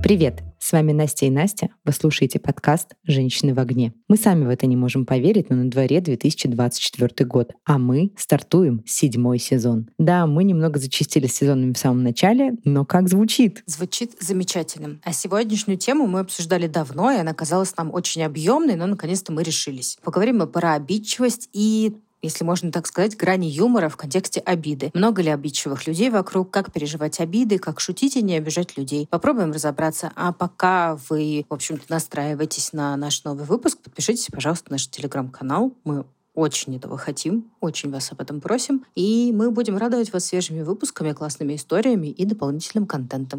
Привет! С вами Настя и Настя. Вы слушаете подкаст «Женщины в огне». Мы сами в это не можем поверить, но на дворе 2024 год, а мы стартуем 7-й сезон. Да, мы немного зачастили с сезонами в самом начале, но как звучит? Звучит замечательно. А сегодняшнюю тему мы обсуждали давно, и она казалась нам очень объемной, но наконец-то мы решились. Поговорим мы про обидчивость и, если можно так сказать, грани юмора в контексте обиды. Много ли обидчивых людей вокруг, как переживать обиды, как шутить и не обижать людей. Попробуем разобраться. А пока вы, в общем-то, настраиваетесь на наш новый выпуск, подпишитесь, пожалуйста, на наш телеграм-канал. Мы очень этого хотим, очень вас об этом просим. И мы будем радовать вас свежими выпусками, классными историями и дополнительным контентом.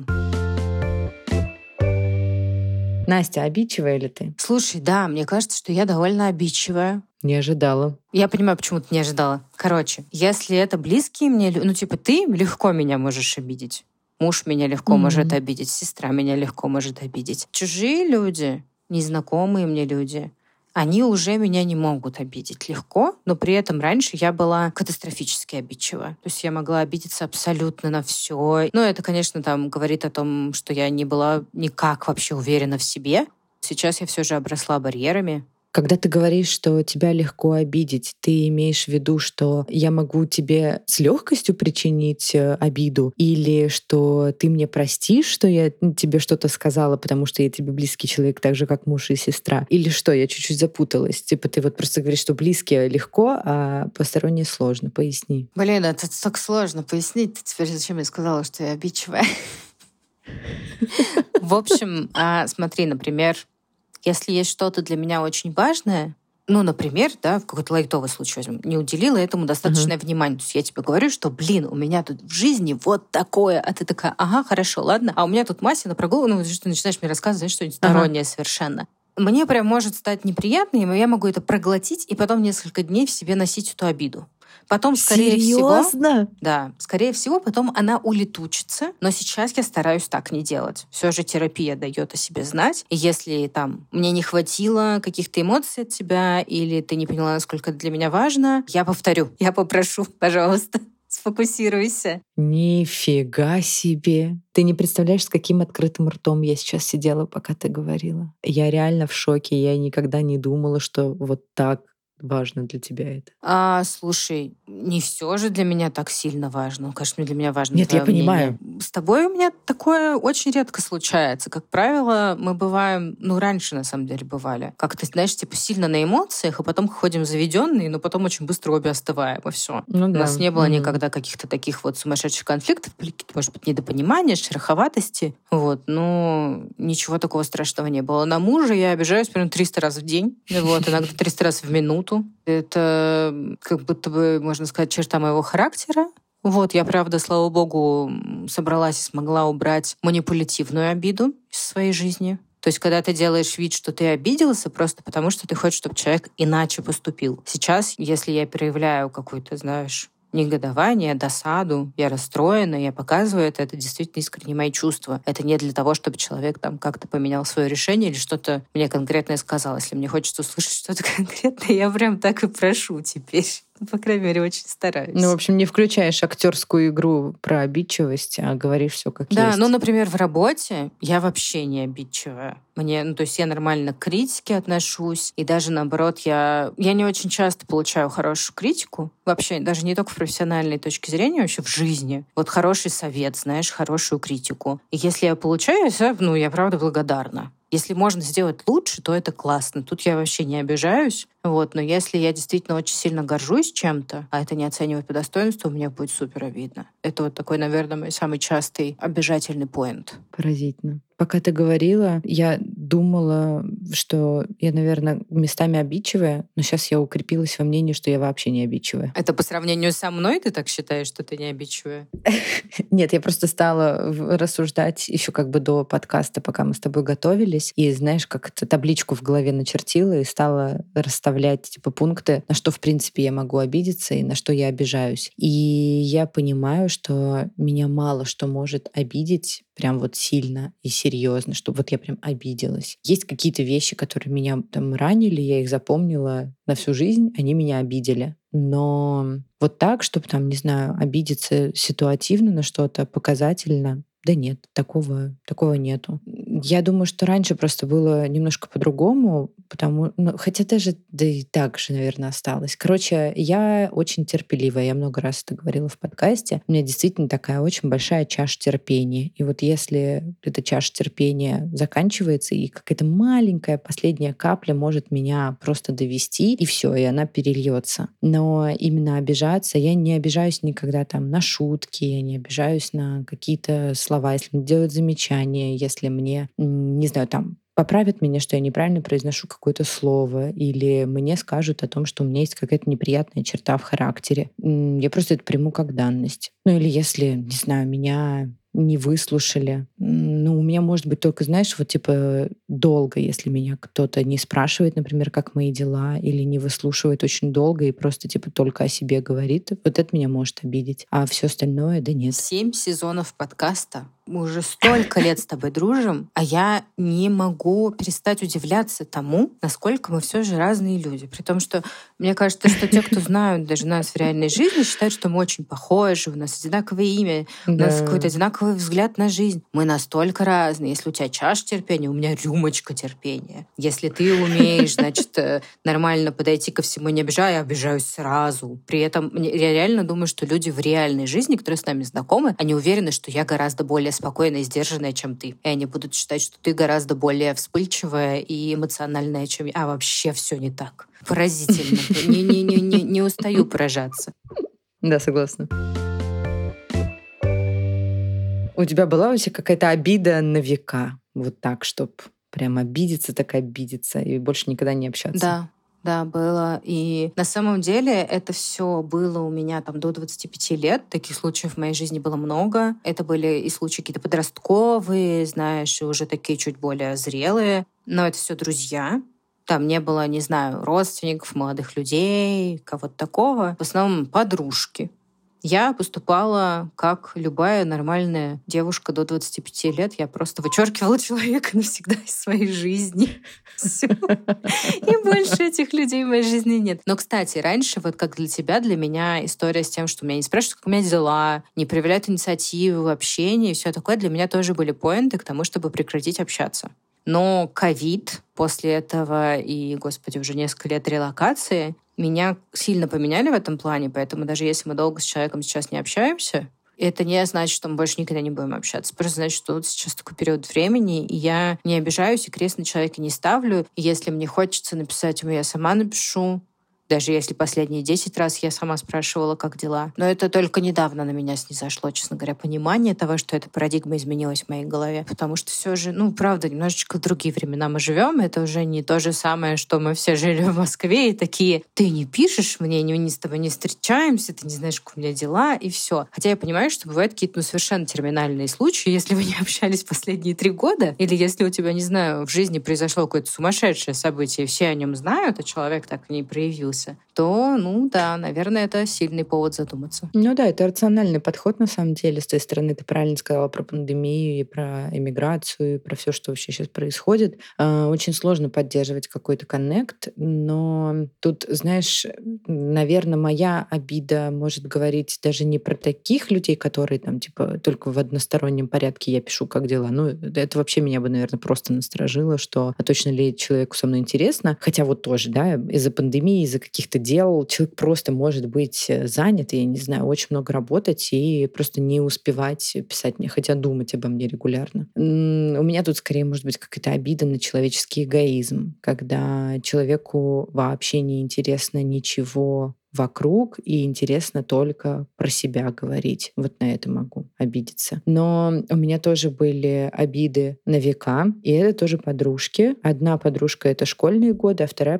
Настя, обидчивая ли ты? Слушай, да, мне кажется, что я довольно обидчивая. Не ожидала. Я понимаю, почему ты не ожидала. Короче, если это близкие мне... ты легко меня можешь обидеть. Муж меня легко может обидеть, сестра меня легко может обидеть. Чужие люди, незнакомые мне люди, они уже меня не могут обидеть легко, но при этом раньше я была катастрофически обидчива. То есть я могла обидеться абсолютно на все. Но это, конечно, говорит о том, что я не была никак вообще уверена в себе. Сейчас я все же обросла барьерами. Когда ты говоришь, что тебя легко обидеть, ты имеешь в виду, что я могу тебе с легкостью причинить обиду, или что ты мне простишь, что я тебе что-то сказала, потому что я тебе близкий человек, так же, как муж и сестра? Или что? Я чуть-чуть запуталась. Типа ты вот просто говоришь, что близкие легко, а посторонние сложно. Поясни. Блин, это так сложно пояснить. Ты теперь зачем я сказала, что я обидчивая? В общем, смотри, например, если есть что-то для меня очень важное, например, в какой-то лайтовый случай возьмем, не уделила этому достаточное внимание. То есть я тебе говорю, что, у меня тут в жизни вот такое, а ты такая, ага, хорошо, ладно, а у меня тут Мася на прогулку, что ты начинаешь мне рассказывать, что-нибудь стороннее совершенно. Мне прям может стать неприятно, и я могу это проглотить, и потом несколько дней в себе носить эту обиду. Потом, скорее всего, потом она улетучится. Но сейчас я стараюсь так не делать. Все же терапия дает о себе знать. И если мне не хватило каких-то эмоций от тебя, или ты не поняла, насколько это для меня важно, я повторю, я попрошу, пожалуйста, сфокусируйся. Нифига себе! Ты не представляешь, с каким открытым ртом я сейчас сидела, пока ты говорила. Я реально в шоке. Я никогда не думала, что вот так важно для тебя это. Слушай, не все же для меня так сильно важно. Конечно, для меня важно Нет, твое я понимаю. мнение. С тобой у меня такое очень редко случается. Как правило, мы бываем, раньше на самом деле бывали, как-то, знаешь, сильно на эмоциях, а потом ходим заведенные, но потом очень быстро обе остываем, и все. У нас не было никогда каких-то таких вот сумасшедших конфликтов, может быть, недопонимания, шероховатости. Но ничего такого страшного не было. На мужа я обижаюсь примерно 300 раз в день, иногда 300 раз в минуту. Это как будто бы, можно сказать, черта моего характера. Я, правда, слава богу, собралась и смогла убрать манипулятивную обиду из своей жизни. То есть, когда ты делаешь вид, что ты обиделся, просто потому что ты хочешь, чтобы человек иначе поступил. Сейчас, если я проявляю какую-то, негодование, досаду, я расстроена, я показываю это действительно искренне мои чувства. Это не для того, чтобы человек как-то поменял свое решение или что-то мне конкретное сказал. Если мне хочется услышать что-то конкретное, я прям так и прошу теперь. По крайней мере, очень стараюсь. В общем, не включаешь актерскую игру про обидчивость, а говоришь все как есть. Да, например, в работе я вообще не обидчивая. То есть я нормально к критике отношусь, и даже наоборот, я не очень часто получаю хорошую критику. Вообще, даже не только в профессиональной точке зрения, вообще в жизни. Хороший совет, хорошую критику. И если я получаю, я правда благодарна. Если можно сделать лучше, то это классно. Тут я вообще не обижаюсь. Но если я действительно очень сильно горжусь чем-то, а это не оценивать по достоинству, мне будет супер обидно. Это такой, наверное, мой самый частый обижательный поинт. Поразительно. Пока ты говорила, я думала, что я, наверное, местами обидчивая, но сейчас я укрепилась во мнении, что я вообще не обидчивая. Это по сравнению со мной ты так считаешь, что ты не обидчивая? Нет, я просто стала рассуждать еще до подкаста, пока мы с тобой готовились. И знаешь, как-то табличку в голове начертила и стала расставлять пункты, на что, в принципе, я могу обидеться и на что я обижаюсь. И я понимаю, что меня мало что может обидеть прям сильно и серьезно, что я прям обиделась. Есть какие-то вещи, которые меня ранили, я их запомнила на всю жизнь, они меня обидели. Но так, чтобы не знаю, обидеться ситуативно на что-то, показательно, да нет, такого нету. Я думаю, что раньше просто было немножко по-другому, хотя даже, да и так же, наверное, осталось. Короче, я очень терпеливая, я много раз это говорила в подкасте. У меня действительно такая очень большая чаша терпения. И вот если эта чаша терпения заканчивается, и какая-то маленькая последняя капля может меня просто довести, и все, и она перельется. Но именно обижаться, я не обижаюсь никогда там на шутки, я не обижаюсь на какие-то слова, если мне делают замечания, если мне, не знаю, там поправят меня, что я неправильно произношу какое-то слово, или мне скажут о том, что у меня есть какая-то неприятная черта в характере. Я просто это приму как данность. Ну или если, не знаю, меня не выслушали. Ну, у меня может быть только, знаешь, вот типа долго, если меня кто-то не спрашивает, например, как мои дела, или не выслушивает очень долго и просто типа только о себе говорит, вот это меня может обидеть. А все остальное, да нет. 7 сезонов подкаста. Мы уже столько лет с тобой дружим, а я не могу перестать удивляться тому, насколько мы все же разные люди. При том, что мне кажется, что те, кто знают даже нас в реальной жизни, считают, что мы очень похожи, у нас одинаковое имя, у нас какой-то одинаковый взгляд на жизнь. Мы настолько разные. Если у тебя чаша терпения, у меня рюмочка терпения. Если ты умеешь, значит, нормально подойти ко всему, не обижая, я обижаюсь сразу. При этом я реально думаю, что люди в реальной жизни, которые с нами знакомы, они уверены, что я гораздо более спокойная и сдержанная, чем ты. И они будут считать, что ты гораздо более вспыльчивая и эмоциональная, чем я. А вообще все не так. Поразительно. Не устаю поражаться. Да, согласна. У тебя была вообще какая-то обида на века? Вот так, чтобы прям обидеться, так обидеться и больше никогда не общаться? Да, было. И на самом деле это все было у меня там до 25 лет. Таких случаев в моей жизни было много. Это были и случаи какие-то подростковые, знаешь, и уже такие чуть более зрелые. Но это все друзья. Там не было, не знаю, родственников, молодых людей, кого-то такого. В основном подружки. Я поступала как любая нормальная девушка до 25 лет. Я просто вычеркивала человека навсегда из своей жизни. Всё. И больше этих людей в моей жизни нет. Но, кстати, раньше, вот как для тебя, для меня история с тем, что меня не спрашивают, как у меня дела, не проявляют инициативы в общении, и все такое, для меня тоже были поинты к тому, чтобы прекратить общаться. Но ковид после этого и, господи, уже несколько лет релокации меня сильно поменяли в этом плане, поэтому даже если мы долго с человеком сейчас не общаемся, это не значит, что мы больше никогда не будем общаться. Просто значит, что вот сейчас такой период времени, и я не обижаюсь, и крест на человека не ставлю. И если мне хочется написать ему, я сама напишу. Даже если последние 10 раз я сама спрашивала, как дела. Но это только недавно на меня снизошло, честно говоря, понимание того, что эта парадигма изменилась в моей голове. Потому что все же, правда, немножечко в другие времена мы живем. Это уже не то же самое, что мы все жили в Москве и такие: ты не пишешь мне, мы с тобой не встречаемся, ты не знаешь, как у меня дела, и все. Хотя я понимаю, что бывают какие-то совершенно терминальные случаи, если вы не общались последние 3 года, или если у тебя, не знаю, в жизни произошло какое-то сумасшедшее событие, и все о нем знают, а человек так и не проявился, то, да, наверное, это сильный повод задуматься. Да, это рациональный подход, на самом деле. С той стороны, ты правильно сказала про пандемию и про эмиграцию, и про все, что вообще сейчас происходит. Очень сложно поддерживать какой-то коннект, но тут, знаешь, наверное, моя обида может говорить даже не про таких людей, которые там, типа, только в одностороннем порядке я пишу, как дела. Это вообще меня бы, наверное, просто насторожило, что а точно ли человеку со мной интересно. Хотя вот тоже, да, из-за пандемии, из-за каких-то дел человек просто может быть занят, и, я не знаю, очень много работать и просто не успевать писать мне, хотя думать обо мне регулярно. У меня тут скорее может быть какая-то обида на человеческий эгоизм, когда человеку вообще не интересно ничего вокруг, и интересно только про себя говорить. Вот на это могу обидеться. Но у меня тоже были обиды на века, и это тоже подружки. Одна подружка — это школьные годы, а вторая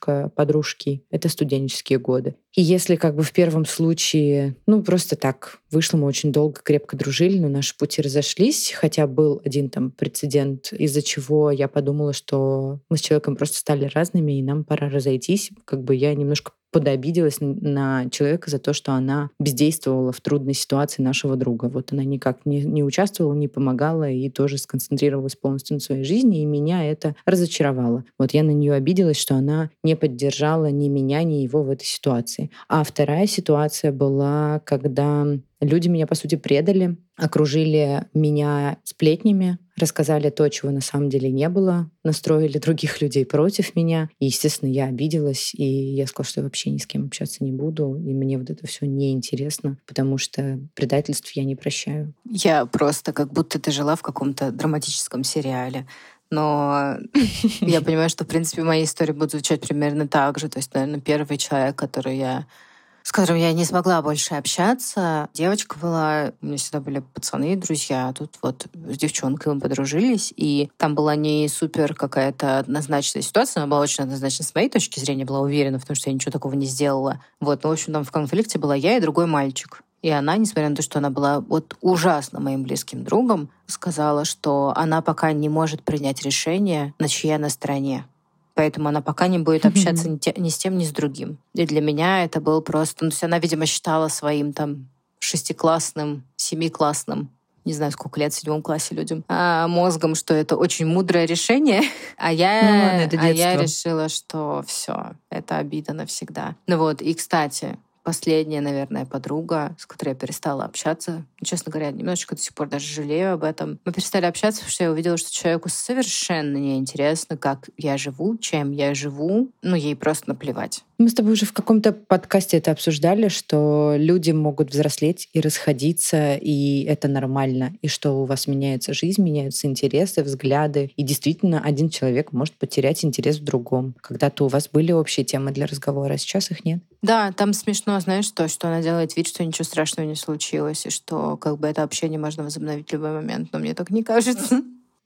подружки — это студенческие годы. И если как бы в первом случае, просто так вышло, мы очень долго, крепко дружили, но наши пути разошлись, хотя был один там прецедент, из-за чего я подумала, что мы с человеком просто стали разными, и нам пора разойтись. Как бы я немножко подобиделась на человека за то, что она бездействовала в трудной ситуации нашего друга. Вот она никак не участвовала, не помогала и тоже сконцентрировалась полностью на своей жизни, и меня это разочаровало. Вот я на нее обиделась, что она не поддержала ни меня, ни его в этой ситуации. А вторая ситуация была, когда Люди меня, по сути, предали, окружили меня сплетнями, рассказали то, чего на самом деле не было, настроили других людей против меня. И, естественно, я обиделась, и я сказала, что я вообще ни с кем общаться не буду, и мне вот это все неинтересно, потому что предательств я не прощаю. Я просто как будто ты жила в каком-то драматическом сериале. Но я понимаю, что, в принципе, моя история будет звучать примерно так же. То есть, наверное, первый человек, с которым я не смогла больше общаться. Девочка была, у меня всегда были пацаны и друзья, а тут вот с девчонкой мы подружились, и там была не супер какая-то однозначная ситуация, она была очень однозначна с моей точки зрения, была уверена в том, что я ничего такого не сделала. Вот, ну, в общем, там в конфликте была я и другой мальчик. И она, несмотря на то, что она была вот ужасно моим близким другом, сказала, что она пока не может принять решение, на чьей она стороне. Поэтому она пока не будет общаться ни с тем, ни с другим. И для меня это был просто... Ну, то есть она, видимо, считала своим там 6-классным, 7-классным, не знаю, сколько лет, в 7 классе людям, мозгом, что это очень мудрое решение. А я решила, что все, это обида навсегда. Ну вот, и, кстати, последняя, наверное, подруга, с которой я перестала общаться. Честно говоря, немножечко до сих пор даже жалею об этом. Мы перестали общаться, потому что я увидела, что человеку совершенно неинтересно, как я живу, чем я живу. Ну, ей просто наплевать. Мы с тобой уже в каком-то подкасте это обсуждали, что люди могут взрослеть и расходиться, и это нормально, и что у вас меняется жизнь, меняются интересы, взгляды, и действительно один человек может потерять интерес в другом. Когда-то у вас были общие темы для разговора, а сейчас их нет. Да, там смешно, знаешь, что она делает вид, что ничего страшного не случилось, и что как бы это общение можно возобновить в любой момент, но мне так не кажется.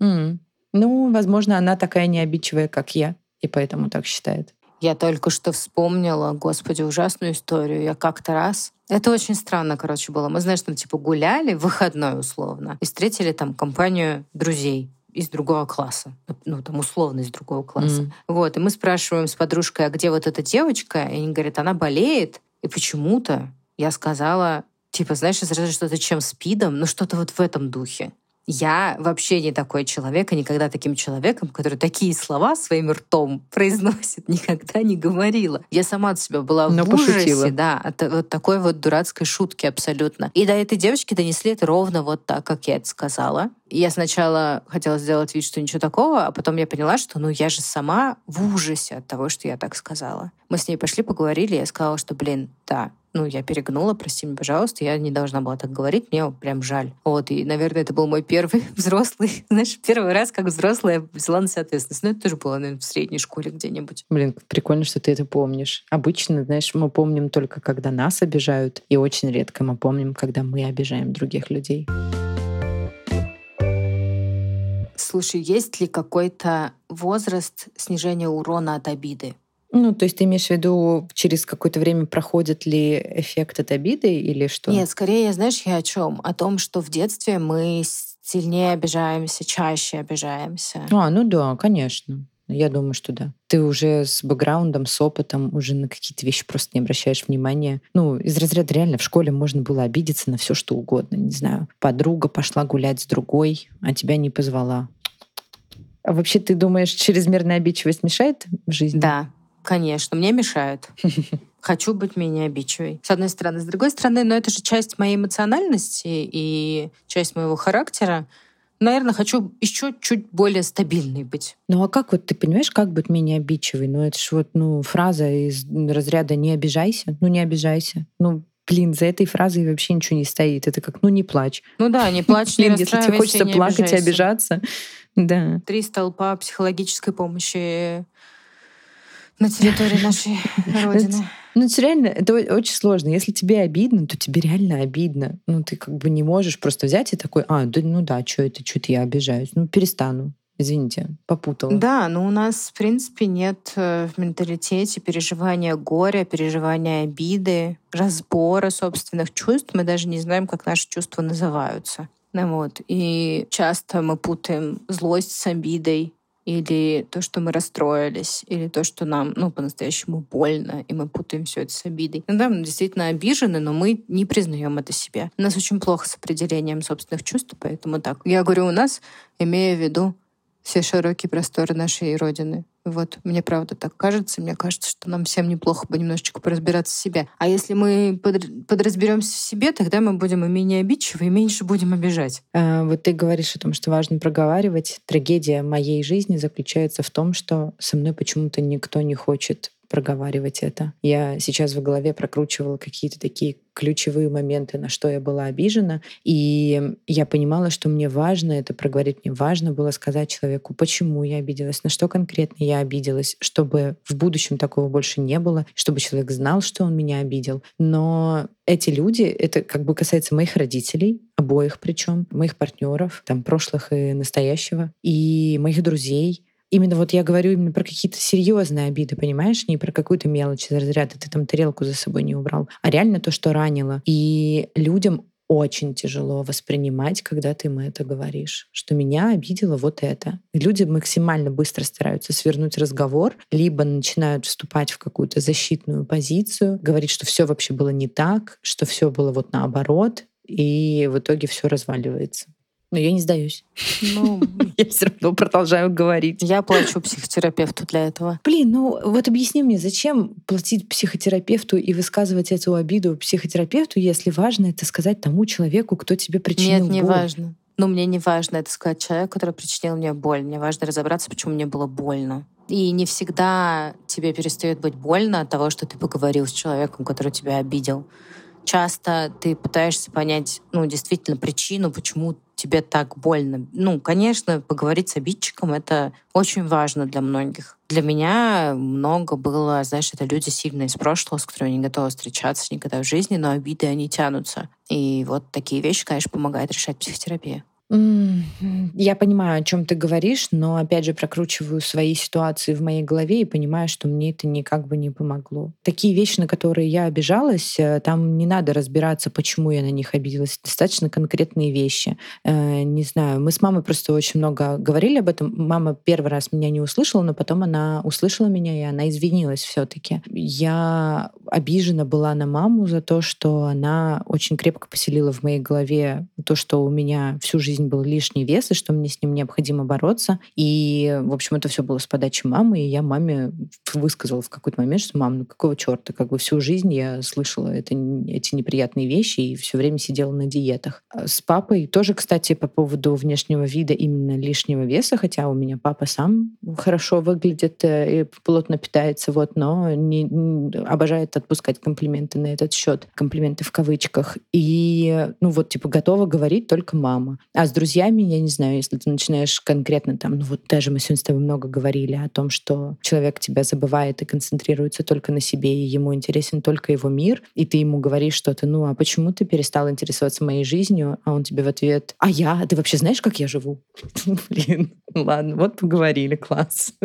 Ну, возможно, она такая необидчивая, как я, и поэтому так считает. Я только что вспомнила, господи, ужасную историю. Я как-то раз... Это очень странно, короче, было. Мы, знаешь, там типа гуляли в выходной условно и встретили там компанию друзей из другого класса. Ну, там условно из другого класса. Вот, и мы спрашиваем с подружкой, а где вот эта девочка? И они говорят, она болеет. И почему-то я сказала, типа, знаешь, из-за что-то чем СПИДом, ну что-то вот в этом духе. Я вообще не такой человек, и никогда таким человеком, который такие слова своим ртом произносит, никогда не говорила. Я сама от себя была в ужасе, да, от вот такой вот дурацкой шутки абсолютно. И до этой девочки донесли это ровно вот так, как я это сказала. И я сначала хотела сделать вид, что ничего такого, а потом я поняла, что ну я же сама в ужасе от того, что я так сказала. Мы с ней пошли, поговорили, и я сказала, что, да, ну, я перегнула, прости меня, пожалуйста, я не должна была так говорить, мне прям жаль. Вот, и, наверное, это был мой первый взрослый, знаешь, первый раз, как взрослая взяла на себя ответственность. Но это тоже было, наверное, в средней школе где-нибудь. Блин, прикольно, что ты это помнишь. Обычно, знаешь, мы помним только, когда нас обижают, и очень редко мы помним, когда мы обижаем других людей. Слушай, есть ли какой-то возраст снижения урона от обиды? Ну, то есть ты имеешь в виду, через какое-то время проходит ли эффект от обиды или что? Нет, скорее, знаешь, я о чем? О том, что в детстве мы сильнее обижаемся, чаще обижаемся. Ну да, конечно. Я думаю, что да. Ты уже с бэкграундом, с опытом уже на какие-то вещи просто не обращаешь внимания. Ну, из разряда реально в школе можно было обидеться на все, что угодно. Не знаю, подруга пошла гулять с другой, а тебя не позвала. А вообще, ты думаешь, чрезмерная обидчивость мешает в жизни? Да. Конечно, мне мешает. Хочу быть менее обидчивой. С одной стороны. С другой стороны, но это же часть моей эмоциональности и часть моего характера. Наверное, хочу еще чуть более стабильной быть. Ну а как вот ты понимаешь, как быть менее обидчивой? Ну это ж вот фраза из разряда «не обижайся». Ну не обижайся. Ну блин, за этой фразой вообще ничего не стоит. Это как «не плачь». Ну да, не плачь, не расстраивайся, если тебе хочется плакать и обижаться. Да. 3 столпа психологической помощи на территории нашей Родины. Ну, это реально, это очень сложно. Если тебе обидно, то тебе реально обидно. Ну, ты как бы не можешь просто взять и такой, что-то я обижаюсь. Ну, перестану. Извините, попутала. Да, но у нас, в принципе, нет в менталитете переживания горя, переживания обиды, разбора собственных чувств. Мы даже не знаем, как наши чувства называются. Вот. И часто мы путаем злость с обидой, или то, что мы расстроились, или то, что нам, по-настоящему больно, и мы путаем все это с обидой. Иногда мы действительно обижены, но мы не признаем это себе. У нас очень плохо с определением собственных чувств, поэтому так. Я говорю «у нас», имея в виду все широкие просторы нашей Родины. Вот, мне правда так кажется. Мне кажется, что нам всем неплохо бы немножечко поразбираться в себе. А если мы подразберемся в себе, тогда мы будем и менее обидчивы, и меньше будем обижать. Вот ты говоришь о том, что важно проговаривать. Трагедия моей жизни заключается в том, что со мной почему-то никто не хочет проговаривать это. Я сейчас в голове прокручивала какие-то такие ключевые моменты, на что я была обижена, и я понимала, что мне важно это проговорить, мне важно было сказать человеку, почему я обиделась, на что конкретно я обиделась, чтобы в будущем такого больше не было, чтобы человек знал, что он меня обидел. Но эти люди, это как бы касается моих родителей, обоих причем, моих партнеров, там, прошлых и настоящего, и моих друзей. Именно вот я говорю именно про какие-то серьезные обиды, понимаешь? Не про какую-то мелочь из разряда «ты там тарелку за собой не убрал», а реально то, что ранило. И людям очень тяжело воспринимать, когда ты им это говоришь, что меня обидело вот это. И люди максимально быстро стараются свернуть разговор, либо начинают вступать в какую-то защитную позицию, говорить, что все вообще было не так, что все было вот наоборот, и в итоге все разваливается. Но я не сдаюсь. Я все равно продолжаю говорить. Я плачу психотерапевту для этого. Блин, ну вот объясни мне, зачем платить психотерапевту и высказывать эту обиду психотерапевту, если важно это сказать тому человеку, кто тебе причинил боль? Нет, не важно. Мне не важно это сказать человеку, который причинил мне боль. Мне важно разобраться, почему мне было больно. И не всегда тебе перестает быть больно от того, что ты поговорил с человеком, который тебя обидел. Часто ты пытаешься понять, действительно причину, почему тебе так больно. Конечно, поговорить с обидчиком — это очень важно для многих. Для меня много было, знаешь, это люди сильно из прошлого, с которыми я не готова встречаться никогда в жизни, но обиды, они тянутся. И вот такие вещи, конечно, помогает решать психотерапия. Я понимаю, о чем ты говоришь, но опять же прокручиваю свои ситуации в моей голове и понимаю, что мне это никак бы не помогло. Такие вещи, на которые я обижалась, там не надо разбираться, почему я на них обиделась. Достаточно конкретные вещи. Не знаю, мы с мамой просто очень много говорили об этом. Мама первый раз меня не услышала, но потом она услышала меня, и она извинилась все-таки. Я обижена была на маму за то, что она очень крепко поселила в моей голове то, что у меня всю жизнь был лишний вес, и что мне с ним необходимо бороться. И, в общем, это все было с подачи мамы, и я маме высказала в какой-то момент, что мам, какого черта, всю жизнь я слышала эти неприятные вещи и все время сидела на диетах. С папой тоже, кстати, по поводу внешнего вида именно лишнего веса, хотя у меня папа сам хорошо выглядит и плотно питается, но обожает отпускать комплименты на этот счет, комплименты в кавычках. И, готова говорить только мама. А с друзьями, я не знаю, если ты начинаешь конкретно даже мы сегодня с тобой много говорили о том, что человек тебя забывает и концентрируется только на себе, и ему интересен только его мир, и ты ему говоришь что-то, а почему ты перестал интересоваться моей жизнью? А он тебе в ответ, ты вообще знаешь, как я живу? Блин, ладно, вот поговорили, класс.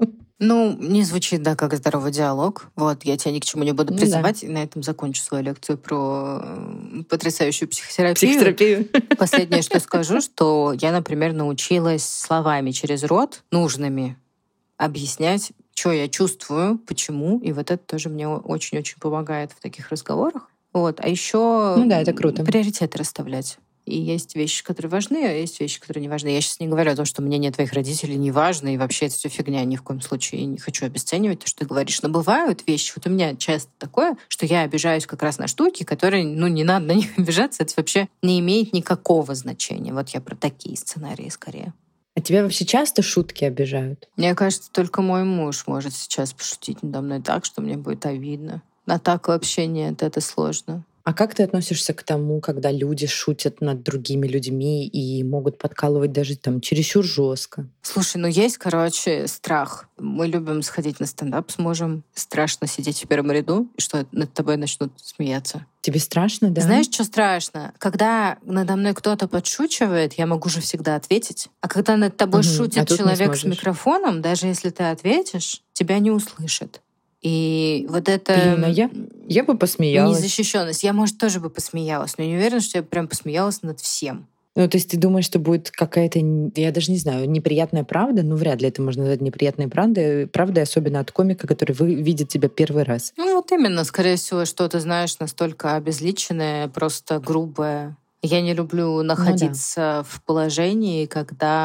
Не звучит, как здоровый диалог. Я тебя ни к чему не буду призывать. И на этом закончу свою лекцию про потрясающую психотерапию. Последнее, что скажу, что я, например, научилась словами через рот, нужными, объяснять, что я чувствую, почему. И вот это тоже мне очень-очень помогает в таких разговорах. А еще это круто. Приоритеты расставлять. И есть вещи, которые важны, а есть вещи, которые не важны. Я сейчас не говорю о том, что мнение твоих родителей не важно, и вообще это все фигня. Ни в коем случае не хочу обесценивать то, что ты говоришь. Но бывают вещи, у меня часто такое, что я обижаюсь как раз на штуки, которые, не надо на них обижаться, это вообще не имеет никакого значения. Я про такие сценарии скорее. А тебя вообще часто шутки обижают? Мне кажется, только мой муж может сейчас пошутить надо мной так, что мне будет обидно. А так вообще нет, это сложно. А как ты относишься к тому, когда люди шутят над другими людьми и могут подкалывать даже чересчур жестко? Слушай, есть, страх. Мы любим сходить на стендап с мужем. Страшно сидеть в первом ряду, и что над тобой начнут смеяться. Тебе страшно, да? Знаешь, что страшно? Когда надо мной кто-то подшучивает, я могу же всегда ответить. А когда над тобой шутит человек с микрофоном, даже если ты ответишь, тебя не услышат. И это... Блин, я бы посмеялась. Незащищенность. Я, может, тоже бы посмеялась, но не уверена, что я прям посмеялась над всем. То есть ты думаешь, что будет какая-то, я даже не знаю, неприятная правда? Вряд ли это можно назвать неприятной правдой, особенно от комика, который видит тебя первый раз. Именно. Скорее всего, что-то, знаешь, настолько обезличенное, просто грубое. Я не люблю находиться в положении, когда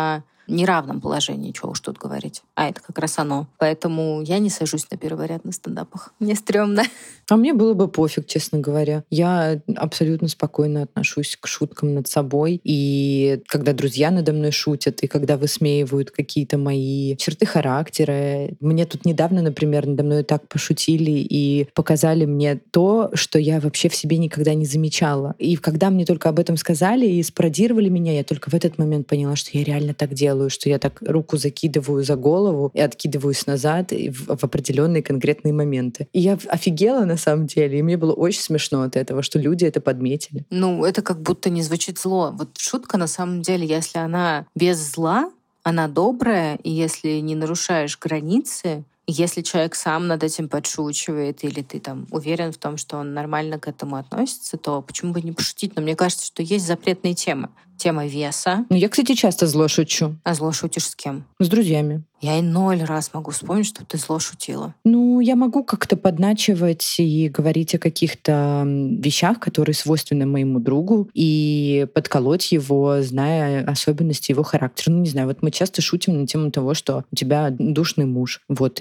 неравном положении, чего уж тут говорить. А это как раз оно. Поэтому я не сажусь на первый ряд на стендапах. Мне стрёмно. А мне было бы пофиг, честно говоря. Я абсолютно спокойно отношусь к шуткам над собой. И когда друзья надо мной шутят, и когда высмеивают какие-то мои черты характера. Мне тут недавно, например, надо мной так пошутили и показали мне то, что я вообще в себе никогда не замечала. И когда мне только об этом сказали и спародировали меня, я только в этот момент поняла, что я реально так делаю, что я так руку закидываю за голову и откидываюсь назад в определенные конкретные моменты. И я офигела на самом деле, и мне было очень смешно от этого, что люди это подметили. Ну, это как будто не звучит зло. Вот шутка, на самом деле, если она без зла, она добрая, и если не нарушаешь границы, если человек сам над этим подшучивает, или ты там уверен в том, что он нормально к этому относится, то почему бы не пошутить? Но мне кажется, что есть запретные темы. Тема веса. Ну, я, кстати, часто зло шучу. А зло шутишь с кем? С друзьями. Я и 0 раз могу вспомнить, что ты зло шутила. Ну, я могу как-то подначивать и говорить о каких-то вещах, которые свойственны моему другу, и подколоть его, зная особенности его характера. Ну, не знаю, вот мы часто шутим на тему того, что у тебя душный муж, вот,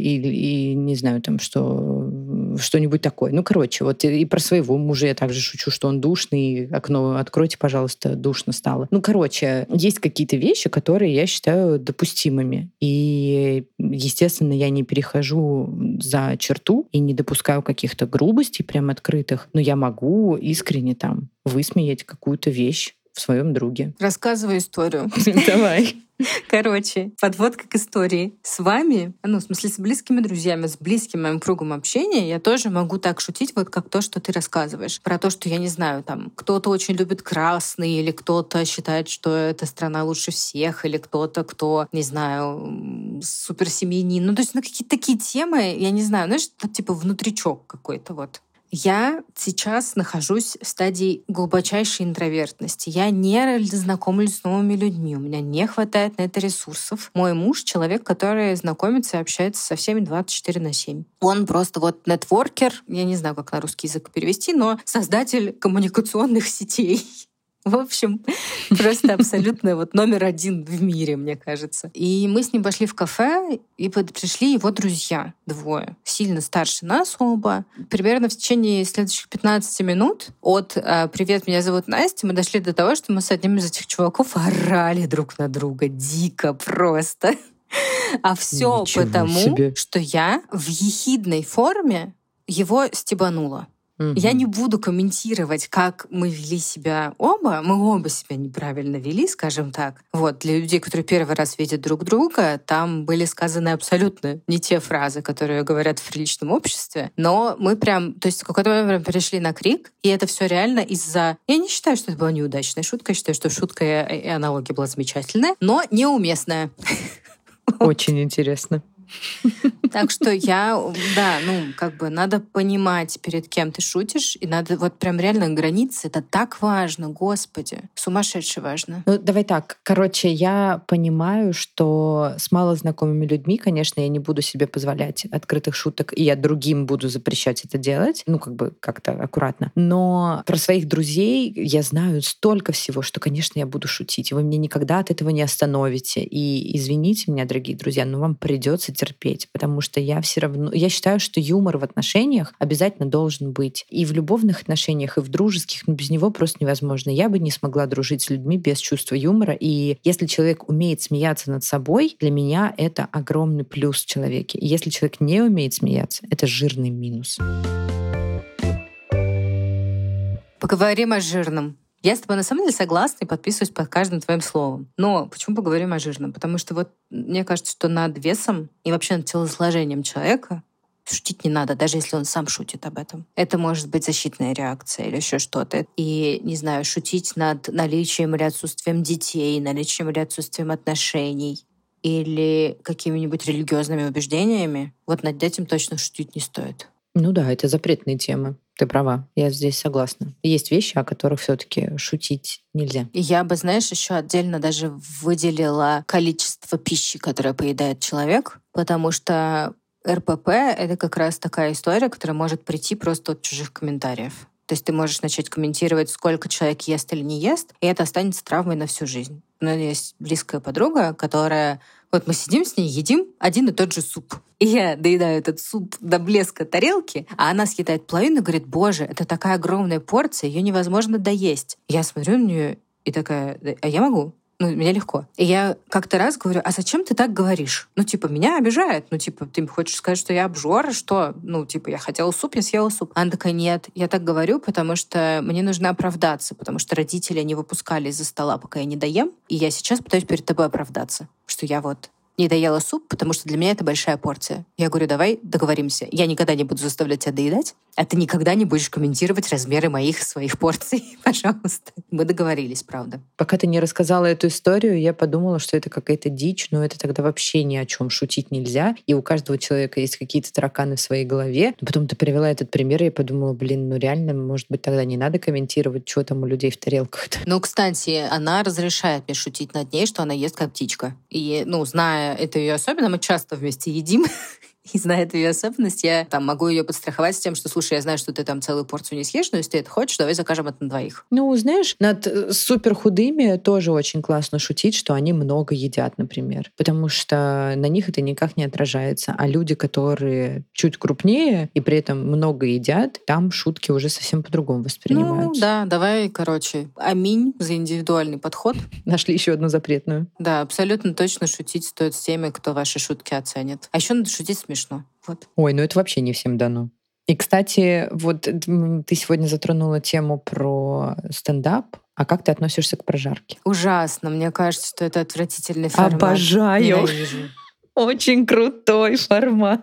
и не знаю, там, что-нибудь такое. Ну, короче, вот и про своего мужа я также шучу, что он душный, окно откройте, пожалуйста, душно стало. Ну, короче, есть какие-то вещи, которые я считаю допустимыми. И, естественно, я не перехожу за черту и не допускаю каких-то грубостей прям открытых, но я могу искренне там высмеять какую-то вещь в своем друге. Рассказывай историю. Давай. Короче, подводка к истории. С вами, в смысле, с близкими друзьями, с близким моим кругом общения, я тоже могу так шутить, вот как то, что ты рассказываешь. Про то, что, я не знаю, там, кто-то очень любит красный, или кто-то считает, что эта страна лучше всех, или кто-то, кто, не знаю, суперсемьянин. Ну, то есть, какие-то такие темы, я не знаю, знаешь, типа внутричок какой-то вот. Я сейчас нахожусь в стадии глубочайшей интровертности. Я не знакомлюсь с новыми людьми. У меня не хватает на это ресурсов. Мой муж — человек, который знакомится и общается со всеми 24/7. Он просто вот нетворкер, я не знаю, как на русский язык перевести, но создатель коммуникационных сетей. В общем, просто абсолютно вот номер 1 в мире, мне кажется. И мы с ним пошли в кафе, и пришли его друзья, 2, сильно старше нас оба. Примерно в течение следующих 15 минут от «Привет, меня зовут Настя» мы дошли до того, что мы с одним из этих чуваков орали друг на друга. Дико просто. А все потому, что я в ехидной форме его стебанула. Я не буду комментировать, как мы вели себя оба. Мы оба себя неправильно вели, скажем так. Вот, для людей, которые первый раз видят друг друга, там были сказаны абсолютно не те фразы, которые говорят в приличном обществе. Но мы прям, то есть в какой-то момент перешли на крик, и это все реально из-за... Я не считаю, что это была неудачная шутка. Я считаю, что шутка и аналогия была замечательная, но неуместная. Очень интересно. Так что надо понимать, перед кем ты шутишь, и надо вот прям реально границы. Это так важно, господи, сумасшедше важно. Ну, давай так. Короче, я понимаю, что с малознакомыми людьми, конечно, я не буду себе позволять открытых шуток, и я другим буду запрещать это делать. Ну, как-то аккуратно. Но про своих друзей я знаю столько всего, что, конечно, я буду шутить. И вы меня никогда от этого не остановите. И извините меня, дорогие друзья, но вам придется терпеть, потому что я все равно... Я считаю, что юмор в отношениях обязательно должен быть. И в любовных отношениях, и в дружеских, но без него просто невозможно. Я бы не смогла дружить с людьми без чувства юмора. И если человек умеет смеяться над собой, для меня это огромный плюс в человеке. И если человек не умеет смеяться, это жирный минус. Поговорим о жирном. Я с тобой на самом деле согласна и подписываюсь под каждым твоим словом. Но почему поговорим о жирном? Потому что вот мне кажется, что над весом и вообще над телосложением человека шутить не надо, даже если он сам шутит об этом. Это может быть защитная реакция или еще что-то. И, не знаю, шутить над наличием или отсутствием детей, наличием или отсутствием отношений или какими-нибудь религиозными убеждениями, вот над этим точно шутить не стоит. Ну да, это запретные темы. Ты права, я здесь согласна. Есть вещи, о которых все-таки шутить нельзя. И я бы, знаешь, еще отдельно даже выделила количество пищи, которое поедает человек, потому что РПП — это как раз такая история, которая может прийти просто от чужих комментариев. То есть ты можешь начать комментировать, сколько человек ест или не ест, и это останется травмой на всю жизнь. У меня есть близкая подруга, которая... Вот мы сидим с ней, едим один и тот же суп. И я доедаю этот суп до блеска тарелки, а она съедает половину и говорит: боже, это такая огромная порция, ее невозможно доесть. Я смотрю на нее и такая: а я могу. Мне легко. И я как-то раз говорю: а зачем ты так говоришь? Меня обижает. Ты хочешь сказать, что я обжора? Что? Я хотела суп, я съела суп. Она такая: нет, я так говорю, потому что мне нужно оправдаться, потому что родители не выпускали из-за стола, пока я не доем, и я сейчас пытаюсь перед тобой оправдаться, что я не доела суп, потому что для меня это большая порция. Я говорю: давай договоримся. Я никогда не буду заставлять тебя доедать, а ты никогда не будешь комментировать размеры своих порций. Пожалуйста. Мы договорились, правда. Пока ты не рассказала эту историю, я подумала, что это какая-то дичь, но это тогда вообще ни о чем шутить нельзя. И у каждого человека есть какие-то тараканы в своей голове. Но потом ты привела этот пример, и я подумала: реально, может быть, тогда не надо комментировать, что там у людей в тарелках-то. Кстати, она разрешает мне шутить над ней, что она ест как птичка. И, зная это ее особенно, мы часто вместе едим. И зная эту ее особенность, я могу ее подстраховать с тем, что: слушай, я знаю, что ты там целую порцию не съешь, но если ты это хочешь, давай закажем это на двоих. Знаешь, над супер худыми тоже очень классно шутить, что они много едят, например. Потому что на них это никак не отражается. А люди, которые чуть крупнее и при этом много едят, там шутки уже совсем по-другому воспринимаются. Да, давай, аминь за индивидуальный подход. Нашли еще одну запретную. Да, абсолютно точно шутить стоит с теми, кто ваши шутки оценит. А еще надо шутить смешно. Вот. Ой, это вообще не всем дано. И, кстати, ты сегодня затронула тему про стендап. А как ты относишься к прожарке? Ужасно. Мне кажется, что это отвратительный формат. Обожаю. Ненавижу. Очень крутой формат.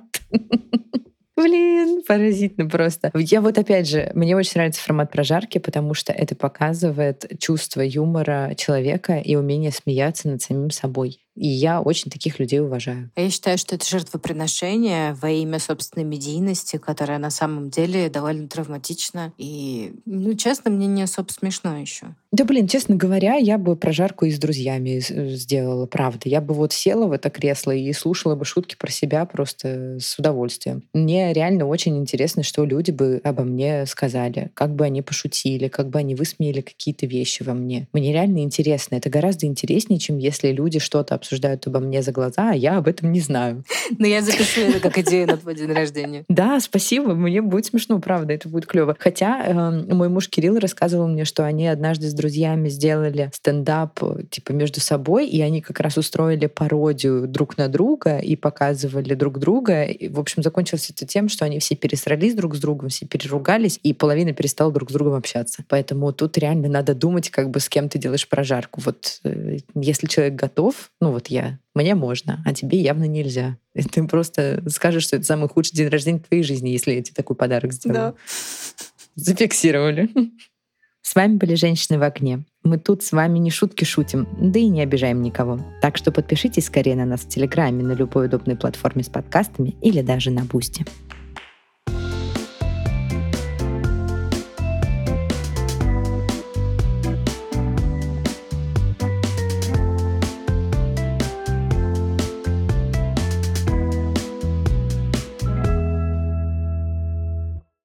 Поразительно просто. Я опять же, мне очень нравится формат прожарки, потому что это показывает чувство юмора человека и умение смеяться над самим собой. И я очень таких людей уважаю. Я считаю, что это жертвоприношение во имя собственной медийности, которая на самом деле довольно травматична. И, честно, мне не особо смешно еще. Да, честно говоря, я бы прожарку и с друзьями сделала, правда. Я бы села в это кресло и слушала бы шутки про себя просто с удовольствием. Мне реально очень интересно, что люди бы обо мне сказали, как бы они пошутили, как бы они высмеяли какие-то вещи во мне. Мне реально интересно. Это гораздо интереснее, чем если люди что-то обсуждают обо мне за глаза, а я об этом не знаю. Но я запишу это как идею на твой день рождения. Да, спасибо. Мне будет смешно, правда, это будет клево. Хотя мой муж Кирилл рассказывал мне, что они однажды с друзьями сделали стендап между собой, и они как раз устроили пародию друг на друга и показывали друг друга. И, в общем, закончилось это тем, что они все пересрались друг с другом, все переругались, и половина перестала друг с другом общаться. Поэтому тут реально надо думать, с кем ты делаешь прожарку. Если человек готов, мне можно, а тебе явно нельзя. И ты просто скажешь, что это самый худший день рождения в твоей жизни, если я тебе такой подарок сделаю. Да. Зафиксировали. С вами были «Женщины в огне». Мы тут с вами не шутки шутим, да и не обижаем никого. Так что подпишитесь скорее на нас в Телеграме, на любой удобной платформе с подкастами или даже на Бусти.